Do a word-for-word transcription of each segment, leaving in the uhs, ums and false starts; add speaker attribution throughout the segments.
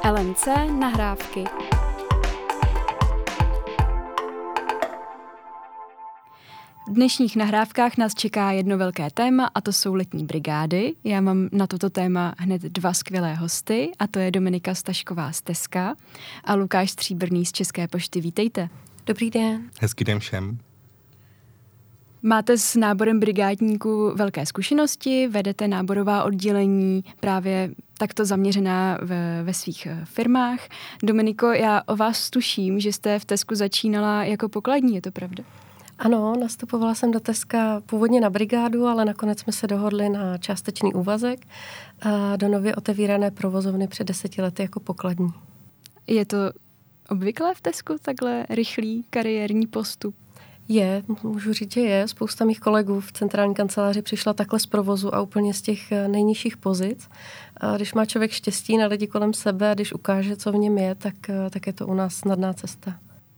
Speaker 1: el en cé nahrávky. V dnešních nahrávkách nás čeká jedno velké téma a to jsou letní brigády. Já mám na toto téma hned dva skvělé hosty a to je Dominika Stašková z Teska a Lukáš Stříbrný z České pošty. Vítejte.
Speaker 2: Dobrý den.
Speaker 3: Hezký den všem.
Speaker 1: Máte s náborem brigádníků velké zkušenosti, vedete náborová oddělení právě takto zaměřená ve, ve svých firmách. Dominiko, já o vás tuším, že jste v Tesku začínala jako pokladní, je to pravda?
Speaker 2: Ano, nastupovala jsem do Teska původně na brigádu, ale nakonec jsme se dohodli na částečný úvazek a do nově otevírané provozovny před deseti lety jako pokladní.
Speaker 1: Je to obvyklé v Tesku takhle rychlý kariérní postup?
Speaker 2: Je, můžu říct, že je. Spousta mých kolegů v centrální kanceláři přišla takhle z provozu a úplně z těch nejnižších pozic. A když má člověk štěstí na lidi kolem sebe a když ukáže, co v něm je, tak, tak je to u nás snadná cesta.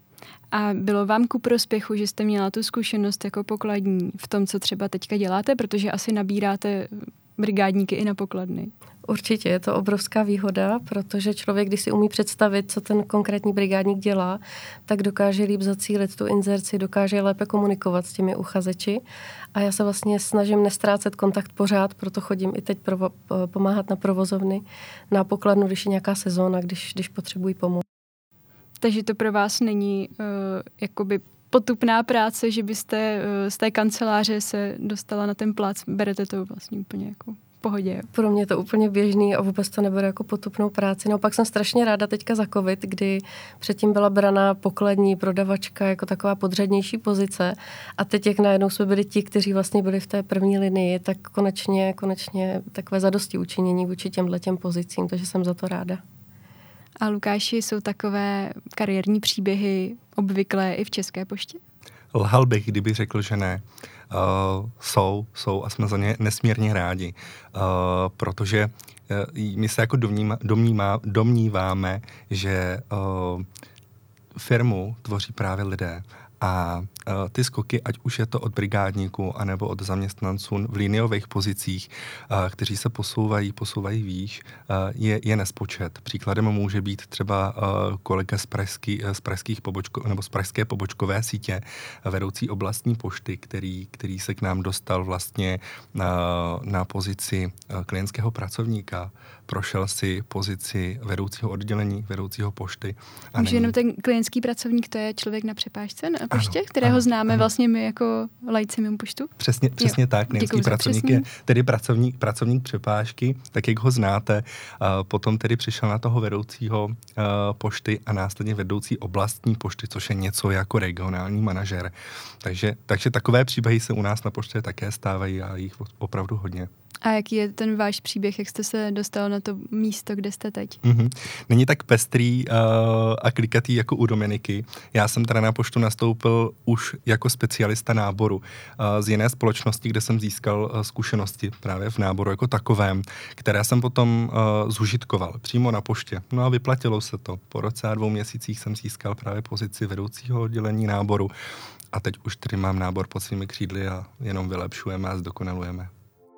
Speaker 1: A bylo vám ku prospěchu, že jste měla tu zkušenost jako pokladní v tom, co třeba teďka děláte, protože asi nabíráte brigádníky i na pokladny?
Speaker 2: Určitě, je to obrovská výhoda, protože člověk, když si umí představit, co ten konkrétní brigádník dělá, tak dokáže líp zacílit tu inzerci, dokáže lépe komunikovat s těmi uchazeči. A já se vlastně snažím nestrácet kontakt pořád, proto chodím i teď provo- pomáhat na provozovny, na pokladnu, když je nějaká sezóna, když, když potřebují pomoc.
Speaker 1: Takže to pro vás není uh, jakoby potupná práce, že byste uh, z té kanceláře se dostala na ten plac, berete to vlastně úplně jako v pohodě.
Speaker 2: Pro mě je to úplně běžný a vůbec to neberu jako potupnou práci. No pak jsem strašně ráda teďka za covid, kdy předtím byla braná pokladní prodavačka jako taková podřadnější pozice a teď jak najednou jsme byli ti, kteří vlastně byli v té první linii, tak konečně, konečně takové zadosti učinění vůči těmhletěm pozicím, takže jsem za to ráda.
Speaker 1: A Lukáši, jsou takové kariérní příběhy obvyklé i v České poště?
Speaker 3: Lhal bych, kdyby řekl, že ne. Uh, jsou, jsou a jsme za ně nesmírně rádi, uh, protože uh, my se jako domníma, domníma, domníváme, že uh, firmu tvoří právě lidé. A uh, ty skoky, ať už je to od brigádníků, anebo od zaměstnanců v liniových pozicích, uh, kteří se posouvají, posouvají výš, uh, je, je nespočet. Příkladem může být třeba uh, kolega z, pražský, z, pražských pobočko, nebo z pražské pobočkové sítě, uh, vedoucí oblastní pošty, který, který se k nám dostal vlastně uh, na pozici uh, klientského pracovníka, prošel si pozici vedoucího oddělení, vedoucího pošty.
Speaker 1: A Může jenom ten klientský pracovník, to je člověk na přepážce na poště, ano, kterého ano, známe ano. vlastně my jako lajci mimo poštu?
Speaker 3: Přesně, přesně jo. tak. Klientský pracovník je tedy pracovník, pracovník přepážky, tak jak ho znáte. Uh, potom tedy přišel na toho vedoucího uh, pošty a následně vedoucí oblastní pošty, což je něco jako regionální manažer. Takže, takže takové příběhy se u nás na poště také stávají a jich opravdu hodně.
Speaker 1: A jaký je ten váš příběh, jak jste se dostal na to místo, kde jste teď?
Speaker 3: Mm-hmm. Není tak pestrý uh, a klikatý jako u Dominiky. Já jsem teda na poštu nastoupil už jako specialista náboru uh, z jiné společnosti, kde jsem získal uh, zkušenosti právě v náboru jako takovém, které jsem potom uh, zužitkoval přímo na poště. No a vyplatilo se to. Po roce a dvou měsících jsem získal právě pozici vedoucího oddělení náboru a teď už tedy mám nábor pod svými křídly a jenom vylepšujeme a zdokonalujeme.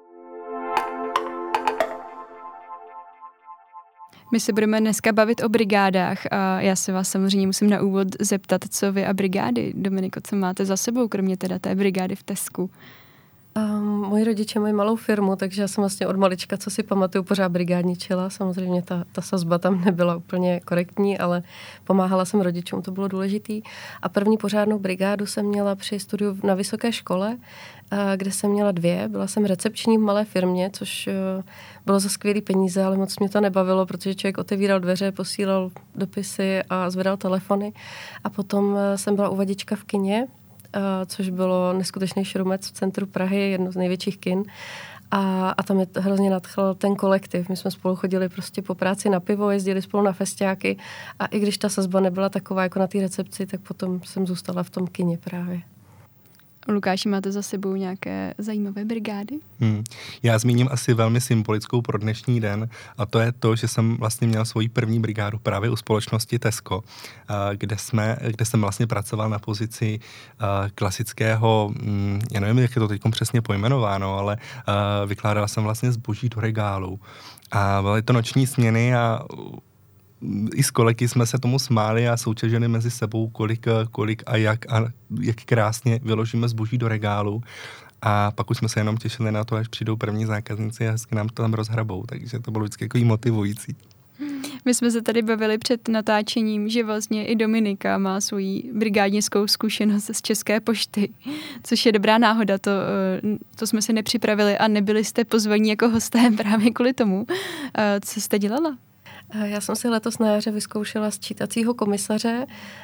Speaker 1: My se budeme dneska bavit o brigádách a já se vás samozřejmě musím na úvod zeptat, co vy a brigády. Dominiko, co máte za sebou, kromě teda té brigády v Tesku?
Speaker 2: Um, moji rodiče mají malou firmu, takže já jsem vlastně od malička, co si pamatuju, pořád brigádničila. Samozřejmě ta, ta sazba tam nebyla úplně korektní, ale pomáhala jsem rodičům, to bylo důležitý. A první pořádnou brigádu jsem měla při studiu na vysoké škole, kde jsem měla dvě. Byla jsem recepční v malé firmě, což bylo za skvělý peníze, ale moc mě to nebavilo, protože člověk otevíral dveře, posílal dopisy a zvedal telefony. A potom jsem byla uvaděčka v kině, což bylo neskutečný šrumec v centru Prahy, jedno z největších kin. A, a tam mě hrozně nadchl ten kolektiv. My jsme spolu chodili prostě po práci na pivo, jezdili spolu na festiáky a i když ta sazba nebyla taková jako na té recepci, tak potom jsem zůstala v tom kině právě.
Speaker 1: Lukáši, máte za sebou nějaké zajímavé brigády?
Speaker 3: Hmm. Já zmíním asi velmi symbolickou pro dnešní den a to je to, že jsem vlastně měl svoji první brigádu právě u společnosti Tesco, kde, jsme, kde jsem vlastně pracoval na pozici klasického, já nevím, jak je to teď přesně pojmenováno, ale vykládal jsem vlastně zboží do regálu. A byly to noční směny a i s kolegy jsme se tomu smáli a soutěžili mezi sebou, kolik, kolik a jak a jak krásně vyložíme zboží do regálu. A pak už jsme se jenom těšili na to, až přijdou první zákazníci a hezky nám to tam rozhrabou. Takže to bylo vždycky jako motivující.
Speaker 1: My jsme se tady bavili před natáčením, že vlastně i Dominika má svoji brigádnickou zkušenost z České pošty, což je dobrá náhoda. To, to jsme si nepřipravili a nebyli jste pozvaní jako hosté právě kvůli tomu. Co jste dělala?
Speaker 2: Já jsem si letos na jaře vyzkoušela sčítacího komisaře.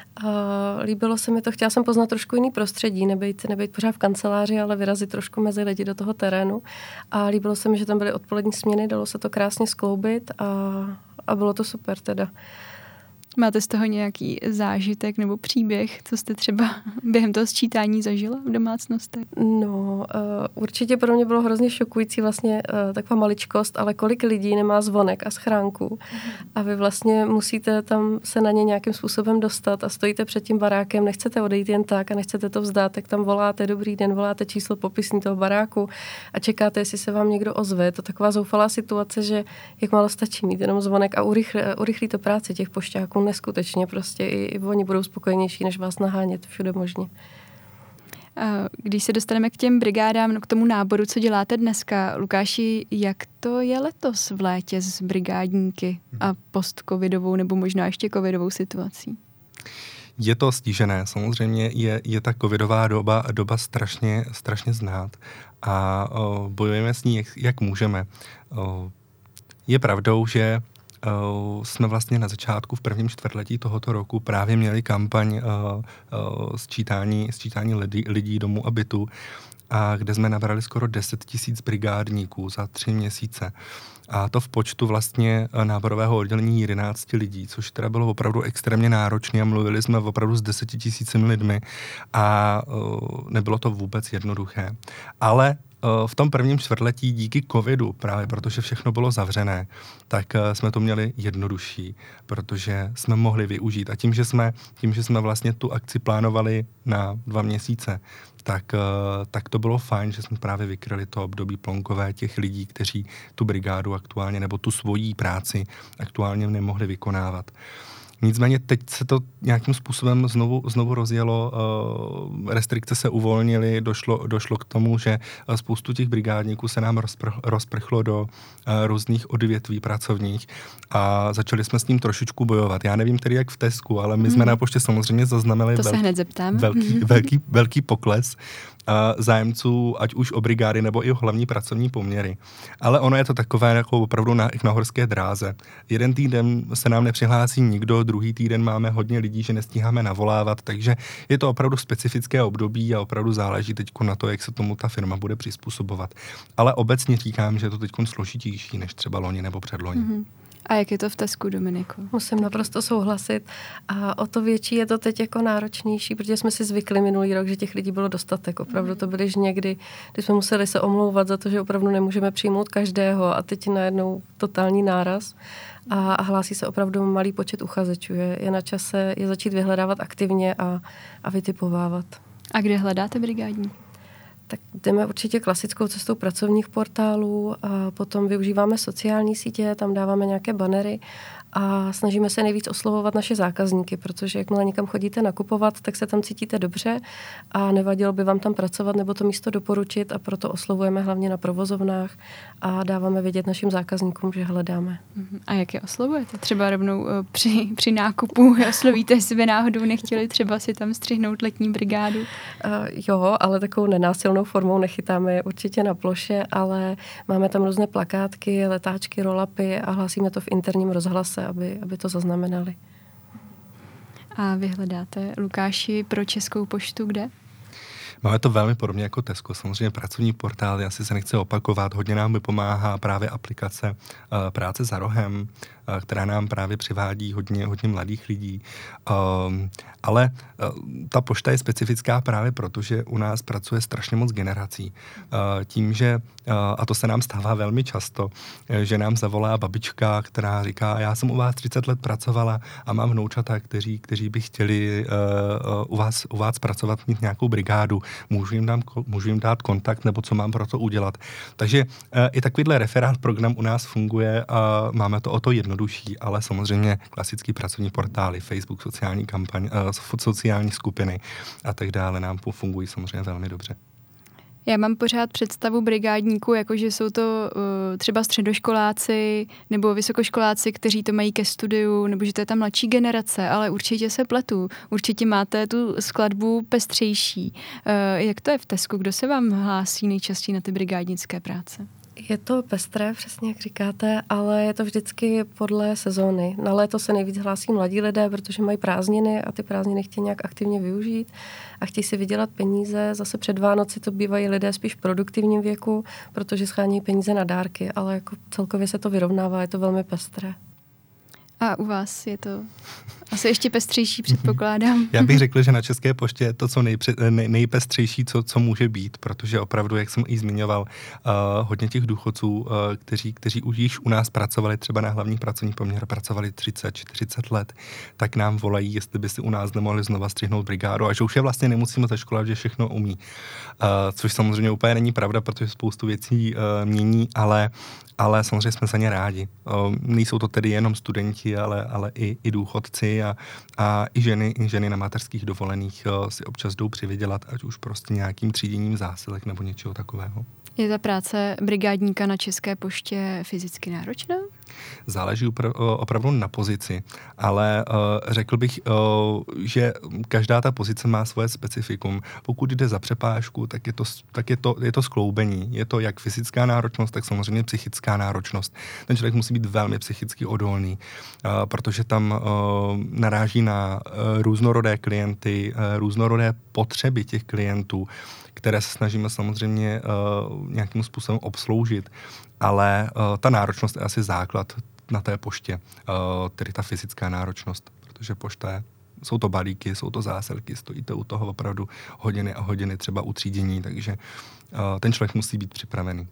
Speaker 2: Líbilo se mi to, chtěla jsem poznat trošku jiný prostředí, nebejt, nebejt pořád v kanceláři, ale vyrazit trošku mezi lidi do toho terénu. A líbilo se mi, že tam byly odpolední směny, dalo se to krásně skloubit a, a bylo to super teda.
Speaker 1: Máte z toho nějaký zážitek nebo příběh, co jste třeba během toho sčítání zažila v domácnostech?
Speaker 2: No, uh, určitě pro mě bylo hrozně šokující vlastně uh, taková maličkost, ale kolik lidí nemá zvonek a schránku. Mm. A vy vlastně musíte tam se na ně nějakým způsobem dostat a stojíte před tím barákem, nechcete odejít jen tak a nechcete to vzdát, tak tam voláte dobrý den, voláte číslo popisní toho baráku a čekáte, jestli se vám někdo ozve. Je to taková zoufalá situace, že jak málo stačí mít jenom zvonek a urychlí, urychlí to práci těch pošťáků neskutečně prostě. I, i oni budou spokojenější, než vás nahánět všude možně.
Speaker 1: Když se dostaneme k těm brigádám, k tomu náboru, co děláte dneska, Lukáši, jak to je letos v létě s brigádníky a post-covidovou nebo možná ještě covidovou situací?
Speaker 3: Je to stížené, samozřejmě je, je ta covidová doba, doba strašně, strašně znát a o, bojujeme s ní, jak, jak můžeme. O, je pravdou, že Uh, jsme vlastně na začátku v prvním čtvrtletí tohoto roku právě měli kampaň uh, uh, sčítání, sčítání lidí, lidí domů a bytu, a kde jsme nabrali skoro deset tisíc brigádníků za tři měsíce. A to v počtu vlastně náborového oddělení jedenáct lidí, což teda bylo opravdu extrémně náročné a mluvili jsme opravdu s desetitisícimi lidmi a uh, nebylo to vůbec jednoduché. Ale v tom prvním čtvrtletí díky covidu, právě protože všechno bylo zavřené, tak jsme to měli jednodušší, protože jsme mohli využít. A tím, že jsme, tím, že jsme vlastně tu akci plánovali na dva měsíce, tak, tak to bylo fajn, že jsme právě vykryli to období plonkové těch lidí, kteří tu brigádu aktuálně nebo tu svoji práci aktuálně nemohli vykonávat. Nicméně teď se to nějakým způsobem znovu, znovu rozjelo, restrikce se uvolnily, došlo, došlo k tomu, že spoustu těch brigádníků se nám rozpr- rozprchlo do různých odvětví pracovních a začali jsme s tím trošičku bojovat. Já nevím tedy jak v Tesku, ale my jsme hmm. na poště samozřejmě zaznamenali velký, velký, velký, velký pokles zájemců, ať už o brigády nebo i o hlavní pracovní poměry. Ale ono je to takové jako opravdu na, na horské dráze. Jeden týden se nám nepřihlásí nikdo, druhý týden máme hodně lidí, že nestíháme navolávat, takže je to opravdu specifické období a opravdu záleží teď na to, jak se tomu ta firma bude přizpůsobovat. Ale obecně říkám, že je to teď složitější než třeba loni nebo předloni. Mm-hmm.
Speaker 1: A jak je to v Tesku, Dominiku?
Speaker 2: Musím naprosto souhlasit. A o to větší je to teď jako náročnější, protože jsme si zvykli minulý rok, že těch lidí bylo dostatek. Opravdu to byly někdy, kdy jsme museli se omlouvat za to, že opravdu nemůžeme přijmout každého a teď najednou totální náraz. A, a hlásí se opravdu malý počet uchazečů. Je, je na čase je začít vyhledávat aktivně a, a vytipovávat.
Speaker 1: A kde hledáte brigádní?
Speaker 2: Tak jdeme určitě klasickou cestou pracovních portálů a potom využíváme sociální sítě, tam dáváme nějaké banery a snažíme se nejvíc oslovovat naše zákazníky, protože jakmile někam chodíte nakupovat, tak se tam cítíte dobře a nevadilo by vám tam pracovat nebo to místo doporučit a proto oslovujeme hlavně na provozovnách a dáváme vědět našim zákazníkům, že hledáme.
Speaker 1: A jak je oslovujete? Třeba rovnou při, při nákupu oslovíte, jestli by náhodou nechtěli třeba si tam střihnout letní brigádu? Uh,
Speaker 2: jo, ale takovou nenásilnou formou nechytáme je určitě na ploše, ale máme tam různé plakátky, letáčky, roll-upy a hlásíme to v interním rozhlase, aby, aby to zaznamenali.
Speaker 1: A vy hledáte, Lukáši, pro Českou poštu kde?
Speaker 3: Máme to velmi podobně jako Tesco. Samozřejmě pracovní portál, asi se nechci opakovat, hodně nám vypomáhá právě aplikace uh, Práce za rohem, uh, která nám právě přivádí hodně, hodně mladých lidí. Um, ale uh, ta pošta je specifická právě proto, že u nás pracuje strašně moc generací. Uh, tím, že, uh, a to se nám stává velmi často, uh, že nám zavolá babička, která říká, já jsem u vás třicet let pracovala a mám vnoučata, kteří, kteří by chtěli uh, uh, u, vás, u vás pracovat, mít nějakou brigádu. Můžu jim, dám, můžu jim dát kontakt, nebo co mám pro to udělat. Takže uh, i takovýhle referát program u nás funguje a máme to o to jednoduché. jednodušší, ale samozřejmě klasický pracovní portály, Facebook, sociální kampaň, uh, sociální skupiny a tak dále nám fungují samozřejmě velmi dobře.
Speaker 1: Já mám pořád představu brigádníků, jakože jsou to uh, třeba středoškoláci nebo vysokoškoláci, kteří to mají ke studiu, nebo že to je ta mladší generace, ale určitě se pletu. Určitě máte tu skladbu pestřejší. Uh, jak to je v Tesku? Kdo se vám hlásí nejčastěji na ty brigádnické práce?
Speaker 2: Je to pestré, přesně jak říkáte, ale je to vždycky podle sezóny. Na léto se nejvíc hlásí mladí lidé, protože mají prázdniny a ty prázdniny chtějí nějak aktivně využít a chtějí si vydělat peníze. Zase před Vánoci to bývají lidé spíš v produktivním věku, protože schání peníze na dárky, ale jako celkově se to vyrovnává, je to velmi pestré.
Speaker 1: A u vás je to asi ještě pestřejší, předpokládám.
Speaker 3: Já bych řekl, že na České poště je to co nejpře- nej- nejpestřejší, co, co může být, protože opravdu, jak jsem i zmiňoval, uh, hodně těch důchodců, uh, kteří, kteří už již u nás pracovali třeba na hlavních pracovních poměrech, pracovali třicet čtyřicet let, tak nám volají, jestli by si u nás nemohli znova střihnout brigádu a že už je vlastně nemusíme zaškolovat, že všechno umí. Uh, což samozřejmě úplně není pravda, protože spoustu věcí uh, mění, ale ale samozřejmě jsme za ně rádi. Uh, nejsou to tedy jenom studenti, ale, ale i, i důchodci a, a i ženy, i ženy na mateřských dovolených uh, si občas jdou přivydělat, ať už prostě nějakým tříděním zásilek nebo něčeho takového.
Speaker 1: Je ta práce brigádníka na České poště fyzicky náročná?
Speaker 3: Záleží upra- opravdu na pozici, ale uh, řekl bych, uh, že každá ta pozice má svoje specifikum. Pokud jde za přepážku, tak je to, tak je to, je to skloubení. Je to jak fyzická náročnost, tak samozřejmě psychická náročnost. Ten člověk musí být velmi psychicky odolný, uh, protože tam uh, naráží na uh, různorodé klienty, uh, různorodé potřeby těch klientů, které se snažíme samozřejmě uh, nějakým způsobem obsloužit. Ale uh, ta náročnost je asi základ na té poště, uh, tedy ta fyzická náročnost, protože pošta je, jsou to balíky, jsou to zásilky, stojíte u toho opravdu hodiny a hodiny třeba u třídění, takže uh, ten člověk musí být připravený.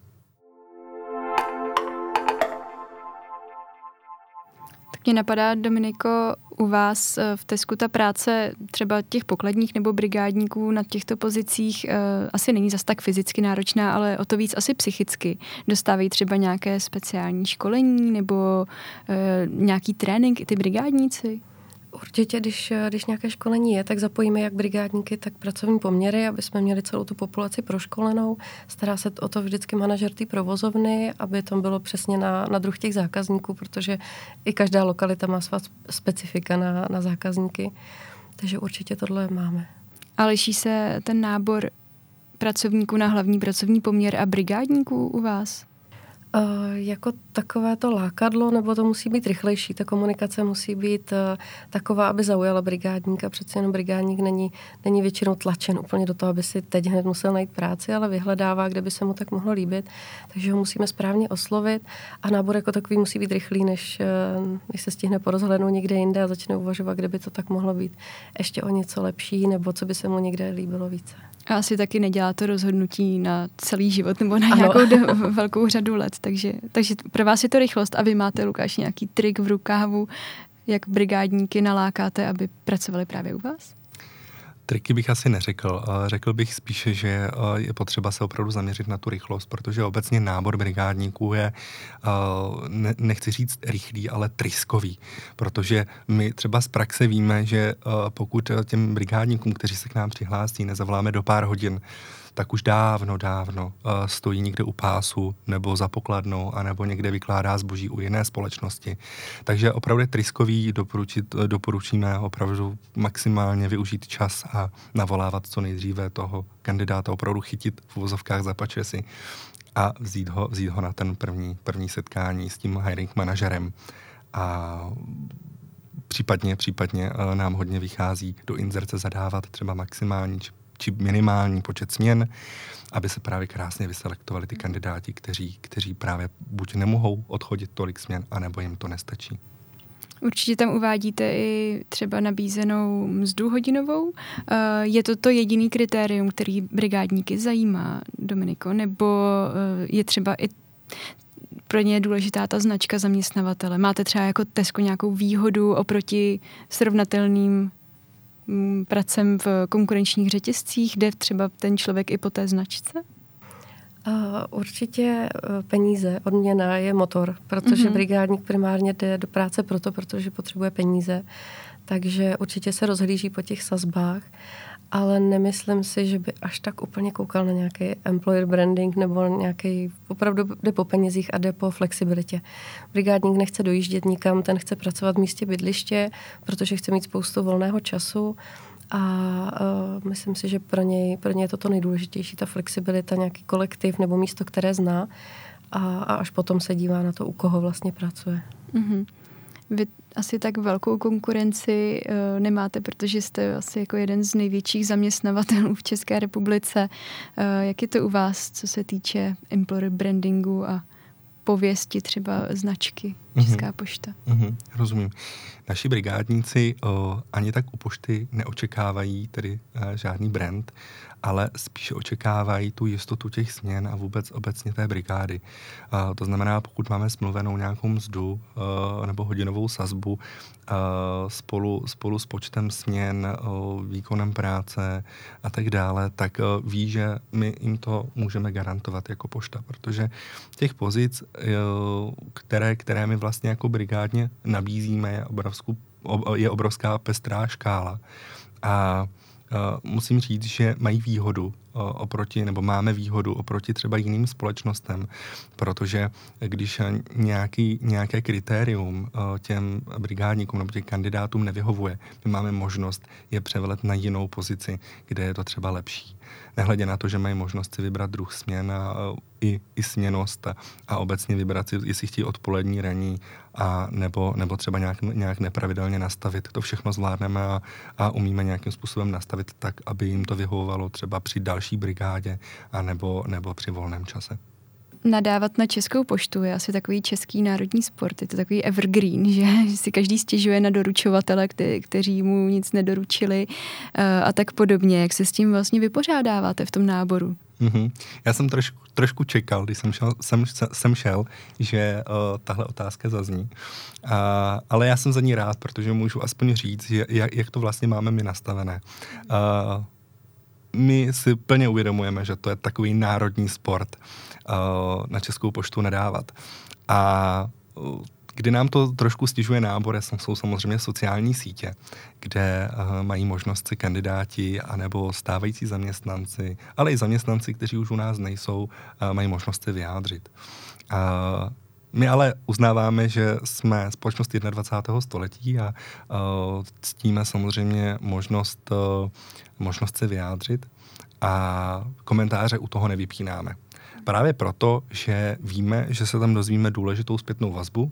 Speaker 1: Mě napadá, Dominiko, u vás v Tesku ta práce třeba těch pokladních nebo brigádníků na těchto pozicích uh, asi není zas tak fyzicky náročná, ale o to víc asi psychicky. Dostávají třeba nějaké speciální školení nebo uh, nějaký trénink i ty brigádníci?
Speaker 2: Určitě, když, když nějaké školení je, tak zapojíme jak brigádníky, tak pracovní poměry, aby jsme měli celou tu populaci proškolenou. Stará se o to vždycky manažer té provozovny, aby to bylo přesně na, na druh těch zákazníků, protože i každá lokalita má svá specifika na, na zákazníky. Takže určitě tohle máme.
Speaker 1: A liší se ten nábor pracovníků na hlavní pracovní poměr a brigádníků u vás?
Speaker 2: Uh, jako takové to lákadlo, nebo to musí být rychlejší, ta komunikace musí být uh, taková, aby zaujala brigádníka, přece jenom brigádník není, není většinou tlačen úplně do toho, aby si teď hned musel najít práci, ale vyhledává, kde by se mu tak mohlo líbit, takže ho musíme správně oslovit a nábor jako takový musí být rychlý, než, uh, než se stihne porozhlédnout někde jinde a začne uvažovat, kde by to tak mohlo být ještě o něco lepší, nebo co by se mu někde líbilo více.
Speaker 1: A asi taky nedělá to rozhodnutí na celý život nebo na nějakou do, velkou řadu let. Takže, takže pro vás je to rychlost a vy máte, Lukáš, nějaký trik v rukávu, jak brigádníky nalákáte, aby pracovali právě u vás?
Speaker 3: Triky bych asi neřekl. Řekl bych spíše, že je potřeba se opravdu zaměřit na tu rychlost, protože obecně nábor brigádníků je, nechci říct rychlý, ale tryskový. Protože my třeba z praxe víme, že pokud těm brigádníkům, kteří se k nám přihlásí, nezavoláme do pár hodin, tak už dávno, dávno uh, stojí někde u pásu nebo za pokladnou a nebo někde vykládá zboží u jiné společnosti. Takže opravdu tryskový doporučit, doporučíme opravdu maximálně využít čas a navolávat co nejdříve toho kandidáta, opravdu chytit v uvozovkách za pačesy a vzít ho, vzít ho na ten první, první setkání s tím hiring manažerem. A případně, případně uh, nám hodně vychází do inzerce zadávat třeba maximální či minimální počet směn, aby se právě krásně vyselektovali ty kandidáti, kteří, kteří právě buď nemohou odchodit tolik směn, anebo jim to nestačí.
Speaker 1: Určitě tam uvádíte i třeba nabízenou mzdu hodinovou. Je to to jediný kritérium, který brigádníky zajímá, Dominiko, nebo je třeba i pro ně je důležitá ta značka zaměstnavatele? Máte třeba jako Tesco nějakou výhodu oproti srovnatelným pracem v konkurenčních řetězcích, jde třeba ten člověk i po té značce?
Speaker 2: Uh, určitě uh, peníze, odměna je motor, protože mm-hmm. brigádník primárně jde do práce proto, protože potřebuje peníze. Takže určitě se rozhlíží po těch sazbách, ale nemyslím si, že by až tak úplně koukal na nějaký employer branding nebo nějaký, opravdu jde po penězích a jde po flexibilitě. Brigádník nechce dojíždět nikam, ten chce pracovat v místě bydliště, protože chce mít spoustu volného času a uh, myslím si, že pro něj, pro něj je to to nejdůležitější, ta flexibilita, nějaký kolektiv nebo místo, které zná a, a až potom se dívá na to, u koho vlastně pracuje.
Speaker 1: Mm-hmm. Vy asi tak velkou konkurenci uh, nemáte, protože jste asi jako jeden z největších zaměstnavatelů v České republice. Uh, jak je to u vás, co se týče employer brandingu a pověsti třeba značky Česká mm-hmm. pošta?
Speaker 3: Mm-hmm, rozumím. Naši brigádníci o, ani tak u pošty neočekávají tedy e, žádný brand, ale spíše očekávají tu jistotu těch směn a vůbec obecně té brigády. E, to znamená, pokud máme smluvenou nějakou mzdu e, nebo hodinovou sazbu e, spolu, spolu s počtem směn, e, výkonem práce a tak dále, tak e, ví, že my jim to můžeme garantovat jako pošta, protože těch pozic, e, které, které my vlastně jako brigádně nabízíme, je, obrovskou, je obrovská pestrá škála. A uh, musím říct, že mají výhodu uh, oproti, nebo máme výhodu oproti třeba jiným společnostem, protože když nějaký, nějaké kritérium uh, těm brigádníkům nebo těm kandidátům nevyhovuje, my máme možnost je převelet na jinou pozici, kde je to třeba lepší. Nehledě na to, že mají možnost si vybrat druh směn a i, i směnost a, a obecně vybrat si, jestli chtějí odpolední, ranní a nebo, nebo třeba nějak, nějak nepravidelně nastavit. To všechno zvládneme a, a umíme nějakým způsobem nastavit tak, aby jim to vyhovovalo třeba při další brigádě a nebo, nebo při volném čase.
Speaker 1: Nadávat na Českou poštu je asi takový český národní sport, je to takový evergreen, že si každý stěžuje na doručovatele, kte- kteří mu nic nedoručili a tak podobně. Jak se s tím vlastně vypořádáváte v tom náboru?
Speaker 3: Mm-hmm. Já jsem trošku, trošku čekal, když jsem šel, jsem, jsem šel že uh, tahle otázka zazní. Uh, ale já jsem za ní rád, protože můžu aspoň říct, že, jak, jak to vlastně máme my nastavené. Uh, My si plně uvědomujeme, že to je takový národní sport uh, na Českou poštu nadávat. A uh, kdy nám to trošku stěžuje nábor, jsou samozřejmě sociální sítě, kde uh, mají možnost si kandidáti anebo stávající zaměstnanci, ale i zaměstnanci, kteří už u nás nejsou, uh, mají možnost se vyjádřit. Uh, My ale uznáváme, že jsme společnost dvacátého prvního století a uh, ctíme samozřejmě možnost, uh, možnost se vyjádřit a komentáře u toho nevypínáme. Právě proto, že víme, že se tam dozvíme důležitou zpětnou vazbu uh,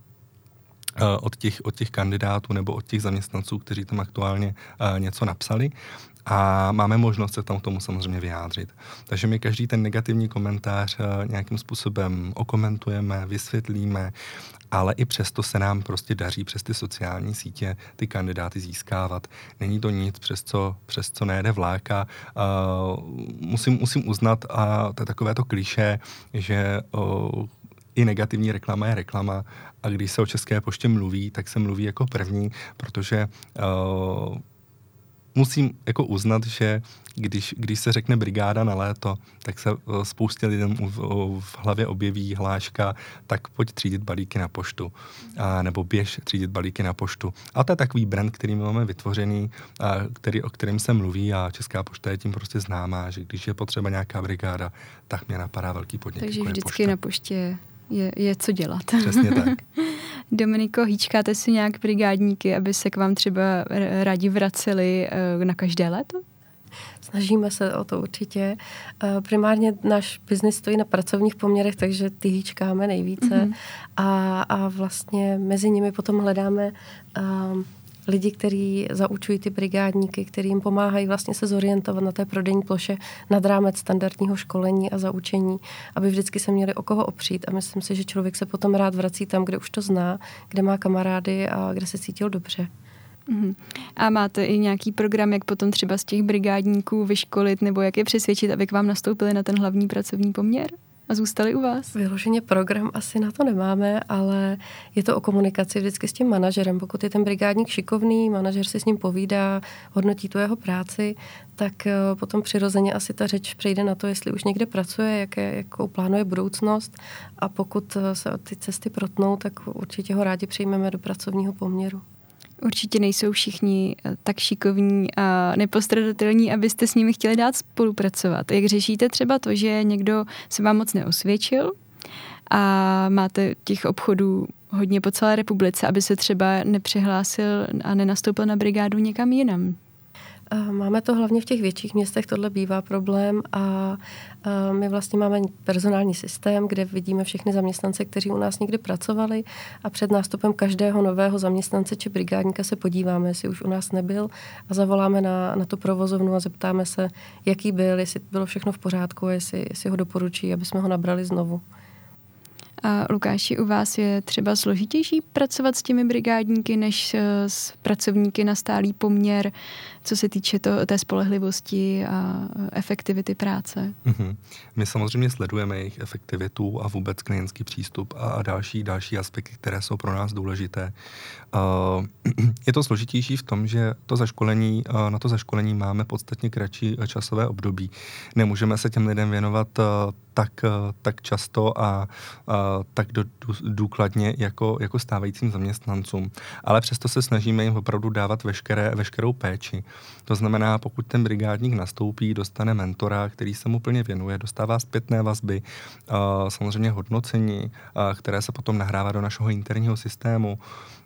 Speaker 3: od těch, od těch kandidátů nebo od těch zaměstnanců, kteří tam aktuálně uh, něco napsali. A máme možnost se tam k tomu samozřejmě vyjádřit. Takže my každý ten negativní komentář uh, nějakým způsobem okomentujeme, vysvětlíme, ale i přesto se nám prostě daří přes ty sociální sítě ty kandidáty získávat. Není to nic, přes co, přes co nejde vláka. Uh, musím, musím uznat, a to je takové to klišé, že uh, i negativní reklama je reklama a když se o České poště mluví, tak se mluví jako první, protože uh, musím jako uznat, že když, když se řekne brigáda na léto, tak se spoustě lidem v, v hlavě objeví hláška, tak pojď třídit balíky na poštu, a, nebo běž třídit balíky na poštu. A to je takový brand, který my máme vytvořený, a, který, o kterém se mluví a Česká pošta je tím prostě známá, že když je potřeba nějaká brigáda, tak mě napadá velký podnik.
Speaker 1: Takže
Speaker 3: jako
Speaker 1: vždycky
Speaker 3: pošta.
Speaker 1: Na poště je, je co dělat.
Speaker 3: Přesně tak.
Speaker 1: Dominiko, hýčkáte si nějak brigádníky, aby se k vám třeba rádi vraceli na každé léto?
Speaker 2: Snažíme se o to určitě. Primárně náš biznis stojí na pracovních poměrech, takže ty hýčkáme nejvíce. Mm-hmm. A, a vlastně mezi nimi potom hledáme um, lidi, kteří zaučují ty brigádníky, kteří jim pomáhají vlastně se zorientovat na té prodejní ploše nad rámec standardního školení a zaučení, aby vždycky se měli o koho opřít. A myslím si, že člověk se potom rád vrací tam, kde už to zná, kde má kamarády a kde se cítil dobře.
Speaker 1: Uhum. A máte i nějaký program, jak potom třeba z těch brigádníků vyškolit, nebo jak je přesvědčit, aby k vám nastoupili na ten hlavní pracovní poměr? a zůstali u vás?
Speaker 2: Vyloženě program asi na to nemáme, ale je to o komunikaci vždycky s tím manažerem. Pokud je ten brigádník šikovný, manažer si s ním povídá, hodnotí tu jeho práci, tak potom přirozeně asi ta řeč přejde na to, jestli už někde pracuje, jaké, jakou plánuje budoucnost, a pokud se ty cesty protnou, tak určitě ho rádi přijmeme do pracovního poměru.
Speaker 1: Určitě nejsou všichni tak šikovní a nepostradatelní, abyste s nimi chtěli dát spolupracovat. Jak řešíte třeba to, že někdo se vám moc neosvědčil a máte těch obchodů hodně po celé republice, aby se třeba nepřihlásil a nenastoupil na brigádu někam jinam?
Speaker 2: Máme to hlavně v těch větších městech, tohle bývá problém, a my vlastně máme personální systém, kde vidíme všechny zaměstnance, kteří u nás někdy pracovali, a před nástupem každého nového zaměstnance či brigádníka se podíváme, jestli už u nás nebyl, a zavoláme na, na tu provozovnu a zeptáme se, jaký byl, jestli bylo všechno v pořádku, jestli, jestli ho doporučí, aby jsme ho nabrali znovu.
Speaker 1: A Lukáši, u vás je třeba složitější pracovat s těmi brigádníky než s pracovníky na stálý poměr, co se týče to, té spolehlivosti a efektivity práce?
Speaker 3: Mm-hmm. My samozřejmě sledujeme jejich efektivitu a vůbec klientský přístup a další, další aspekty, které jsou pro nás důležité. Uh, je to složitější v tom, že to zaškolení, uh, na to zaškolení máme podstatně kratší časové období. Nemůžeme se těm lidem věnovat uh, tak, uh, tak často a uh, tak do, důkladně jako, jako stávajícím zaměstnancům. Ale přesto se snažíme jim opravdu dávat veškeré, veškerou péči. To znamená, pokud ten brigádník nastoupí, dostane mentora, který se mu plně věnuje, dostává zpětné vazby, uh, samozřejmě hodnocení, uh, které se potom nahrává do našeho interního systému.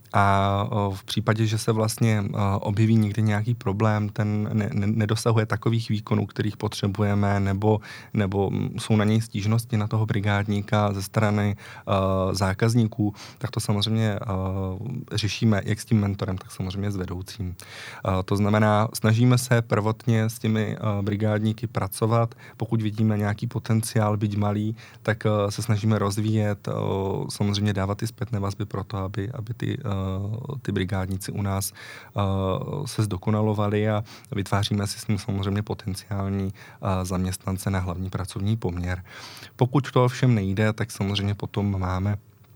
Speaker 3: A v případě, že se vlastně objeví někdy nějaký problém, ten ne, ne, nedosahuje takových výkonů, kterých potřebujeme, nebo, nebo jsou na něj stížnosti na toho brigádníka ze strany uh, zákazníků, tak to samozřejmě uh, řešíme jak s tím mentorem, tak samozřejmě s vedoucím. Uh, to znamená, snažíme se prvotně s těmi uh, brigádníky pracovat. Pokud vidíme nějaký potenciál, byť malý, tak uh, se snažíme rozvíjet, uh, samozřejmě dávat ty zpětné vazby pro to, aby, aby ty uh, ty brigádníci u nás uh, se zdokonalovali, a vytváříme si s ním samozřejmě potenciální uh, zaměstnance na hlavní pracovní poměr. Pokud to ovšem nejde, tak samozřejmě potom máme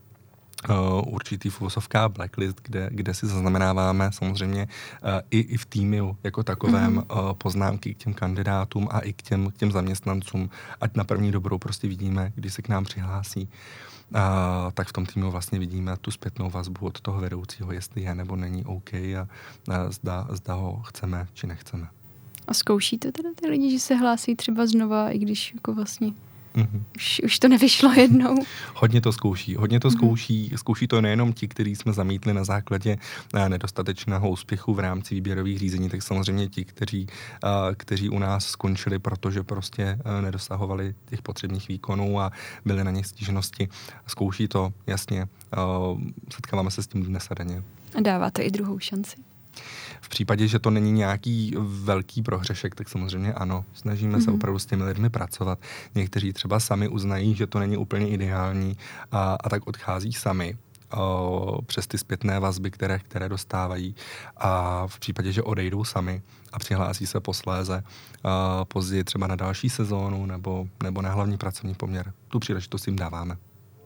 Speaker 3: Uh, určitý filozofská blacklist, kde, kde si zaznamenáváme samozřejmě uh, i, i v týmu jako takovém mm-hmm. uh, poznámky k těm kandidátům a i k těm, k těm zaměstnancům, ať na první dobrou prostě vidíme, když se k nám přihlásí. Uh, tak v tom týmu vlastně vidíme tu zpětnou vazbu od toho vedoucího, jestli je nebo není OK a uh, zda, zda ho chceme či nechceme.
Speaker 1: A zkoušíte teda ty lidi, že se hlásí třeba znova, i když jako vlastně
Speaker 3: Mm-hmm.
Speaker 1: Už, už to nevyšlo jednou?
Speaker 3: Hodně to zkouší. Hodně to mm-hmm. zkouší. Zkouší to nejenom ti, kteří jsme zamítli na základě uh, nedostatečného úspěchu v rámci výběrových řízení, tak samozřejmě ti, kteří, uh, kteří u nás skončili, protože prostě uh, nedosahovali těch potřebných výkonů a byly na ně stížnosti. Zkouší to, jasně. Uh, setkáváme se s tím dnes a denně.
Speaker 1: A dáváte i druhou šanci?
Speaker 3: V případě, že to není nějaký velký prohřešek, tak samozřejmě ano. Snažíme mm-hmm. se opravdu s těmi lidmi pracovat. Někteří třeba sami uznají, že to není úplně ideální, a, a tak odchází sami o, přes ty zpětné vazby, které, které dostávají. A v případě, že odejdou sami a přihlásí se posléze a, později třeba na další sezónu nebo, nebo na hlavní pracovní poměr, tu příležitost jim dáváme.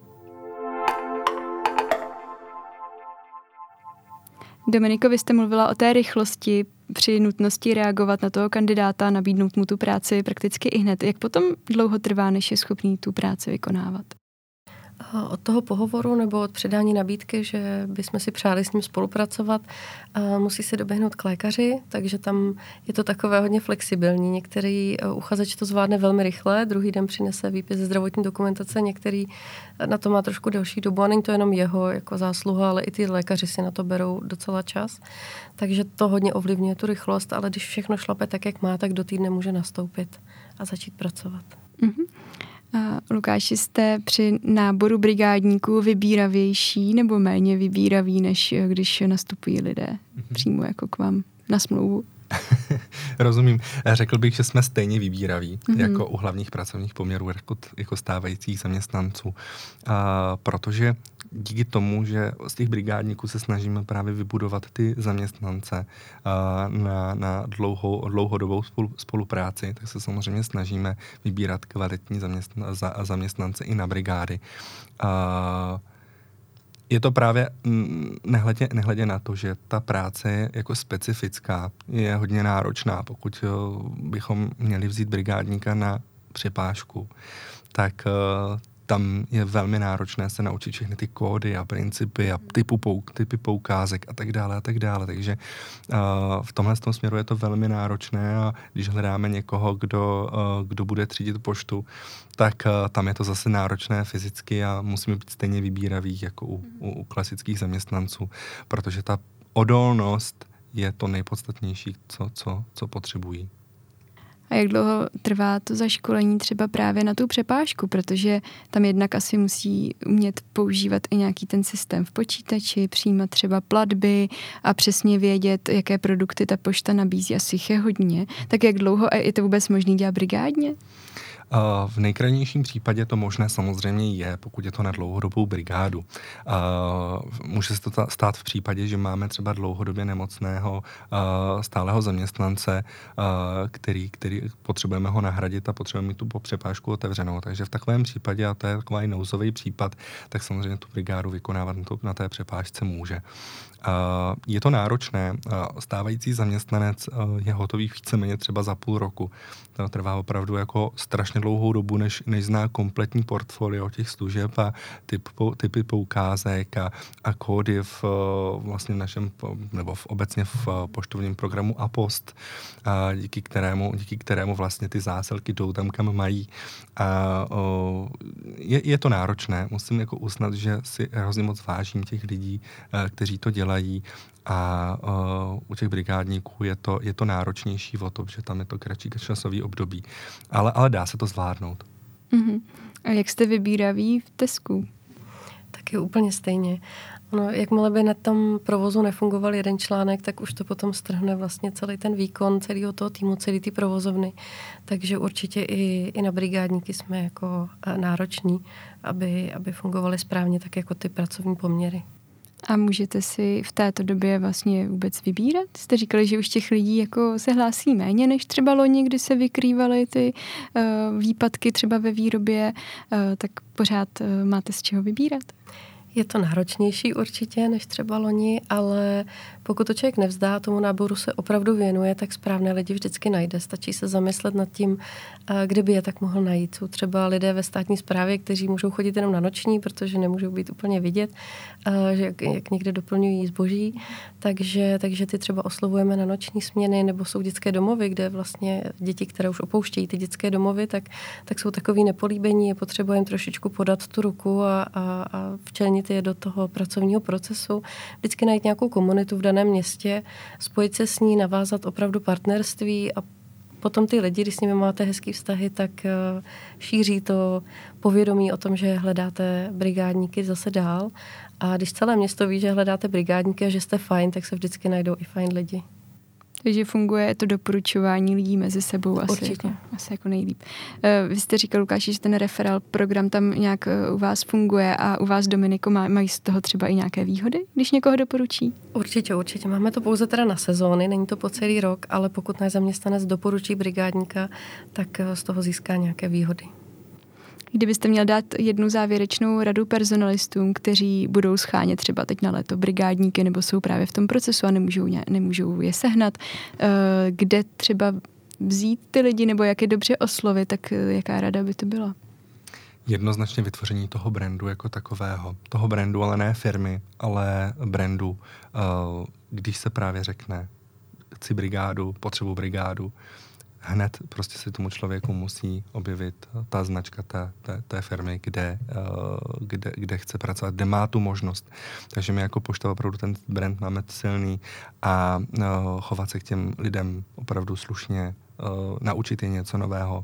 Speaker 1: Dominiko, vy jste mluvila o té rychlosti při nutnosti reagovat na toho kandidáta, nabídnout mu tu práci prakticky i hned. Jak potom dlouho trvá, než je schopný tu práci vykonávat?
Speaker 2: Od toho pohovoru nebo od předání nabídky, že bychom si přáli s ním spolupracovat, musí se doběhnout k lékaři, takže tam je to takové hodně flexibilní. Některý uchazeč to zvládne velmi rychle, druhý den přinese výpis ze zdravotní dokumentace, některý na to má trošku delší dobu, a není to jenom jeho jako zásluha, ale i ty lékaři si na to berou docela čas. Takže to hodně ovlivňuje tu rychlost, ale když všechno šlape tak, jak má, tak do týdne může nastoupit a začít pracovat.
Speaker 1: Mm-hmm. A Lukáši, jste při náboru brigádníků vybíravější nebo méně vybíraví, než když nastupují lidé mm-hmm. přímo jako k vám na smlouvu?
Speaker 3: Rozumím. Řekl bych, že jsme stejně vybíraví mm-hmm. jako u hlavních pracovních poměrů, jako, jako stávajících zaměstnanců. A, protože díky tomu, že z těch brigádníků se snažíme právě vybudovat ty zaměstnance na, na dlouhou, dlouhodobou spolu, spolupráci, tak se samozřejmě snažíme vybírat kvalitní zaměstna, za, zaměstnance i na brigády. A je to právě nehledě, nehledě na to, že ta práce je jako specifická, je hodně náročná. Pokud bychom měli vzít brigádníka na přepážku, tak tam je velmi náročné se naučit všechny ty kódy a principy a typu pouk, typy poukázek a tak dále a tak dále. Takže uh, v tomhle tom směru je to velmi náročné a když hledáme někoho, kdo, uh, kdo bude třídit poštu, tak uh, tam je to zase náročné fyzicky a musíme být stejně vybíraví jako u, u, u klasických zaměstnanců, protože ta odolnost je to nejpodstatnější, co, co, co potřebují.
Speaker 1: A jak dlouho trvá to zaškolení třeba právě na tu přepážku, protože tam jednak asi musí umět používat i nějaký ten systém v počítači, přijímat třeba platby a přesně vědět, jaké produkty ta pošta nabízí, asi jich je hodně. Tak jak dlouho a je to vůbec možný dělat brigádně?
Speaker 3: V nejkrajnějším případě to možné samozřejmě je, pokud je to na dlouhodobou brigádu. Může se to stát v případě, že máme třeba dlouhodobě nemocného stáleho zaměstnance, který, který potřebujeme ho nahradit a potřebujeme mít tu přepážku otevřenou. Takže v takovém případě, a to je takový nouzový případ, tak samozřejmě tu brigádu vykonávat na té přepážce může. Je to náročné. Stávající zaměstnanec je hotový víceméně třeba za půl roku. To trvá opravdu jako strašně dlouhou dobu, než, než zná kompletní portfolio těch služeb a typ, typy poukázek a, a kódy v vlastně v našem, nebo v, obecně v poštovním programu Apost, a díky kterému, díky kterému vlastně ty zásilky jdou tam, kam mají. A, o, je, je to náročné. Musím jako uznat, že si hrozně moc vážím těch lidí, kteří to dělají. A uh, u těch brigádníků je to, je to náročnější o to, že tam je to kratší časový období. Ale, ale dá se to zvládnout.
Speaker 1: Uh-huh. A jak jste vybíraví v Tesku?
Speaker 2: Tak je úplně stejně. No, jakmile by na tom provozu nefungoval jeden článek, tak už to potom strhne vlastně celý ten výkon celého toho týmu, celý ty provozovny. Takže určitě i, i na brigádníky jsme jako nároční, aby, aby fungovaly správně tak jako ty pracovní poměry.
Speaker 1: A můžete si v této době vlastně vůbec vybírat? Jste říkali, že už těch lidí jako se hlásí méně než třeba loni, kdy se vykrývaly ty uh, výpadky třeba ve výrobě, uh, tak pořád uh, máte z čeho vybírat?
Speaker 2: Je to náročnější určitě než třeba loni, ale pokud to člověk nevzdá, tomu náboru se opravdu věnuje, tak správné lidi vždycky najde. Stačí se zamyslet nad tím, kde by je tak mohl najít. Jsou třeba lidé ve státní správě, kteří můžou chodit jenom na noční, protože nemůžou být úplně vidět, že jak, jak někde doplňují zboží. Takže, takže ty třeba oslovujeme na noční směny, nebo jsou dětské domovy, kde vlastně děti, které už opouštějí ty dětské domovy, tak, tak jsou takový nepolíbení, je potřeba jim trošičku podat tu ruku a, a, a včlenit je do toho pracovního procesu. Vždycky najít nějakou komunitu v daném městě, spojit se s ní, navázat opravdu partnerství a potom ty lidi, když s nimi máte hezký vztahy, tak uh, šíří to povědomí o tom, že hledáte brigádníky zase dál. A když celé město ví, že hledáte brigádníky a že jste fajn, tak se vždycky najdou i fajn lidi.
Speaker 1: Takže funguje to doporučování lidí mezi sebou asi jako, asi jako nejlíp. Uh, vy jste říkal, Lukáši, že ten referál program tam nějak uh, u vás funguje a u vás, Dominiko, má, mají z toho třeba i nějaké výhody, když někoho doporučí?
Speaker 2: Určitě, určitě. Máme to pouze teda na sezóny, není to po celý rok, ale pokud náš zaměstnanec doporučí brigádníka, tak uh, z toho získá nějaké výhody.
Speaker 1: Kdybyste měl dát jednu závěrečnou radu personalistům, kteří budou schánět třeba teď na léto brigádníky nebo jsou právě v tom procesu a nemůžou, nemůžou je sehnat, kde třeba vzít ty lidi nebo jak je dobře oslovit, tak jaká rada by to byla?
Speaker 3: Jednoznačně vytvoření toho brandu jako takového. Toho brandu, ale ne firmy, ale brandu. Když se právě řekne, chci brigádu, potřebuji brigádu, hned prostě si tomu člověku musí objevit ta značka té, té, té firmy, kde, kde, kde chce pracovat, kde má tu možnost. Takže my jako pošta opravdu ten brand máme silný a chovat se k těm lidem opravdu slušně, naučit je něco nového,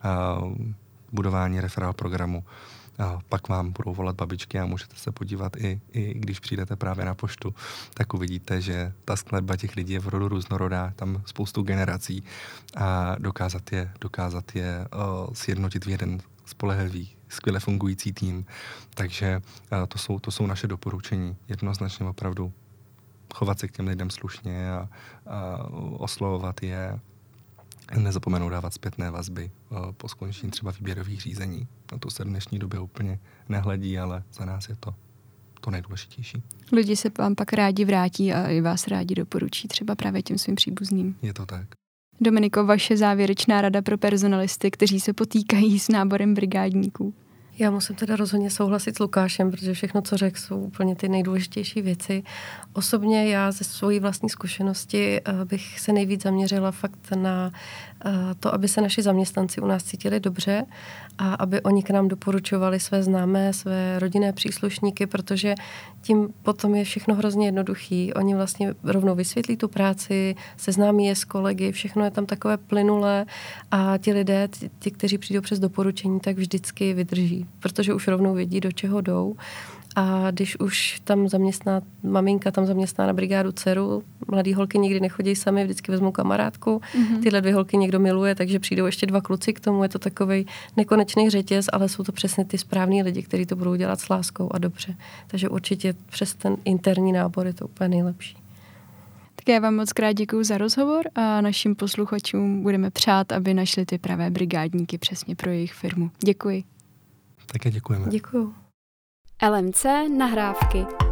Speaker 3: budování referál programu. A pak vám budou volat babičky a můžete se podívat i, i když přijdete právě na poštu, tak uvidíte, že ta skladba těch lidí je v rodu různorodá, tam spoustu generací a dokázat je, dokázat je uh, sjednotit v jeden spolehlivý skvěle fungující tým. Takže to jsou, to jsou naše doporučení. Jednoznačně opravdu chovat se k těm lidem slušně a, a oslovovat je. Nezapomenout dávat zpětné vazby po skončení třeba výběrových řízení. Na to se v dnešní době úplně nehledí, ale za nás je to to nejdůležitější.
Speaker 1: Lidi se vám pak rádi vrátí a i vás rádi doporučí třeba právě těm svým příbuzným.
Speaker 3: Je to tak.
Speaker 1: Dominiko, vaše závěrečná rada pro personalisty, kteří se potýkají s náborem brigádníků?
Speaker 2: Já musím teda rozhodně souhlasit s Lukášem, protože všechno, co řekl, jsou úplně ty nejdůležitější věci. Osobně já ze svojí vlastní zkušenosti bych se nejvíc zaměřila fakt na to, aby se naši zaměstnanci u nás cítili dobře a aby oni k nám doporučovali své známé, své rodinné příslušníky, protože tím potom je všechno hrozně jednoduchý. Oni vlastně rovnou vysvětlí tu práci, seznámí je s kolegy, všechno je tam takové plynulé a ti lidé, ti, kteří přijdou přes doporučení, tak vždycky vydrží, protože už rovnou vědí, do čeho jdou. A když už tam zaměstná, maminka tam zaměstná na brigádu dceru, mladý holky nikdy nechodí sami, vždycky vezmou kamarádku, mm-hmm. tyhle dvě holky někdo miluje, takže přijdou ještě dva kluci k tomu, je to takovej nekonečný řetěz, ale jsou to přesně ty správní lidi, kteří to budou dělat s láskou a dobře. Takže určitě přes ten interní nábor je to úplně nejlepší.
Speaker 1: Tak já vám moc krát děkuju za rozhovor a našim posluchačům budeme přát, aby našli ty pravé brigádníky přesně pro jejich firmu. Děkuji.
Speaker 3: Také děkujeme.
Speaker 2: Děkuju.
Speaker 4: L M C nahrávky.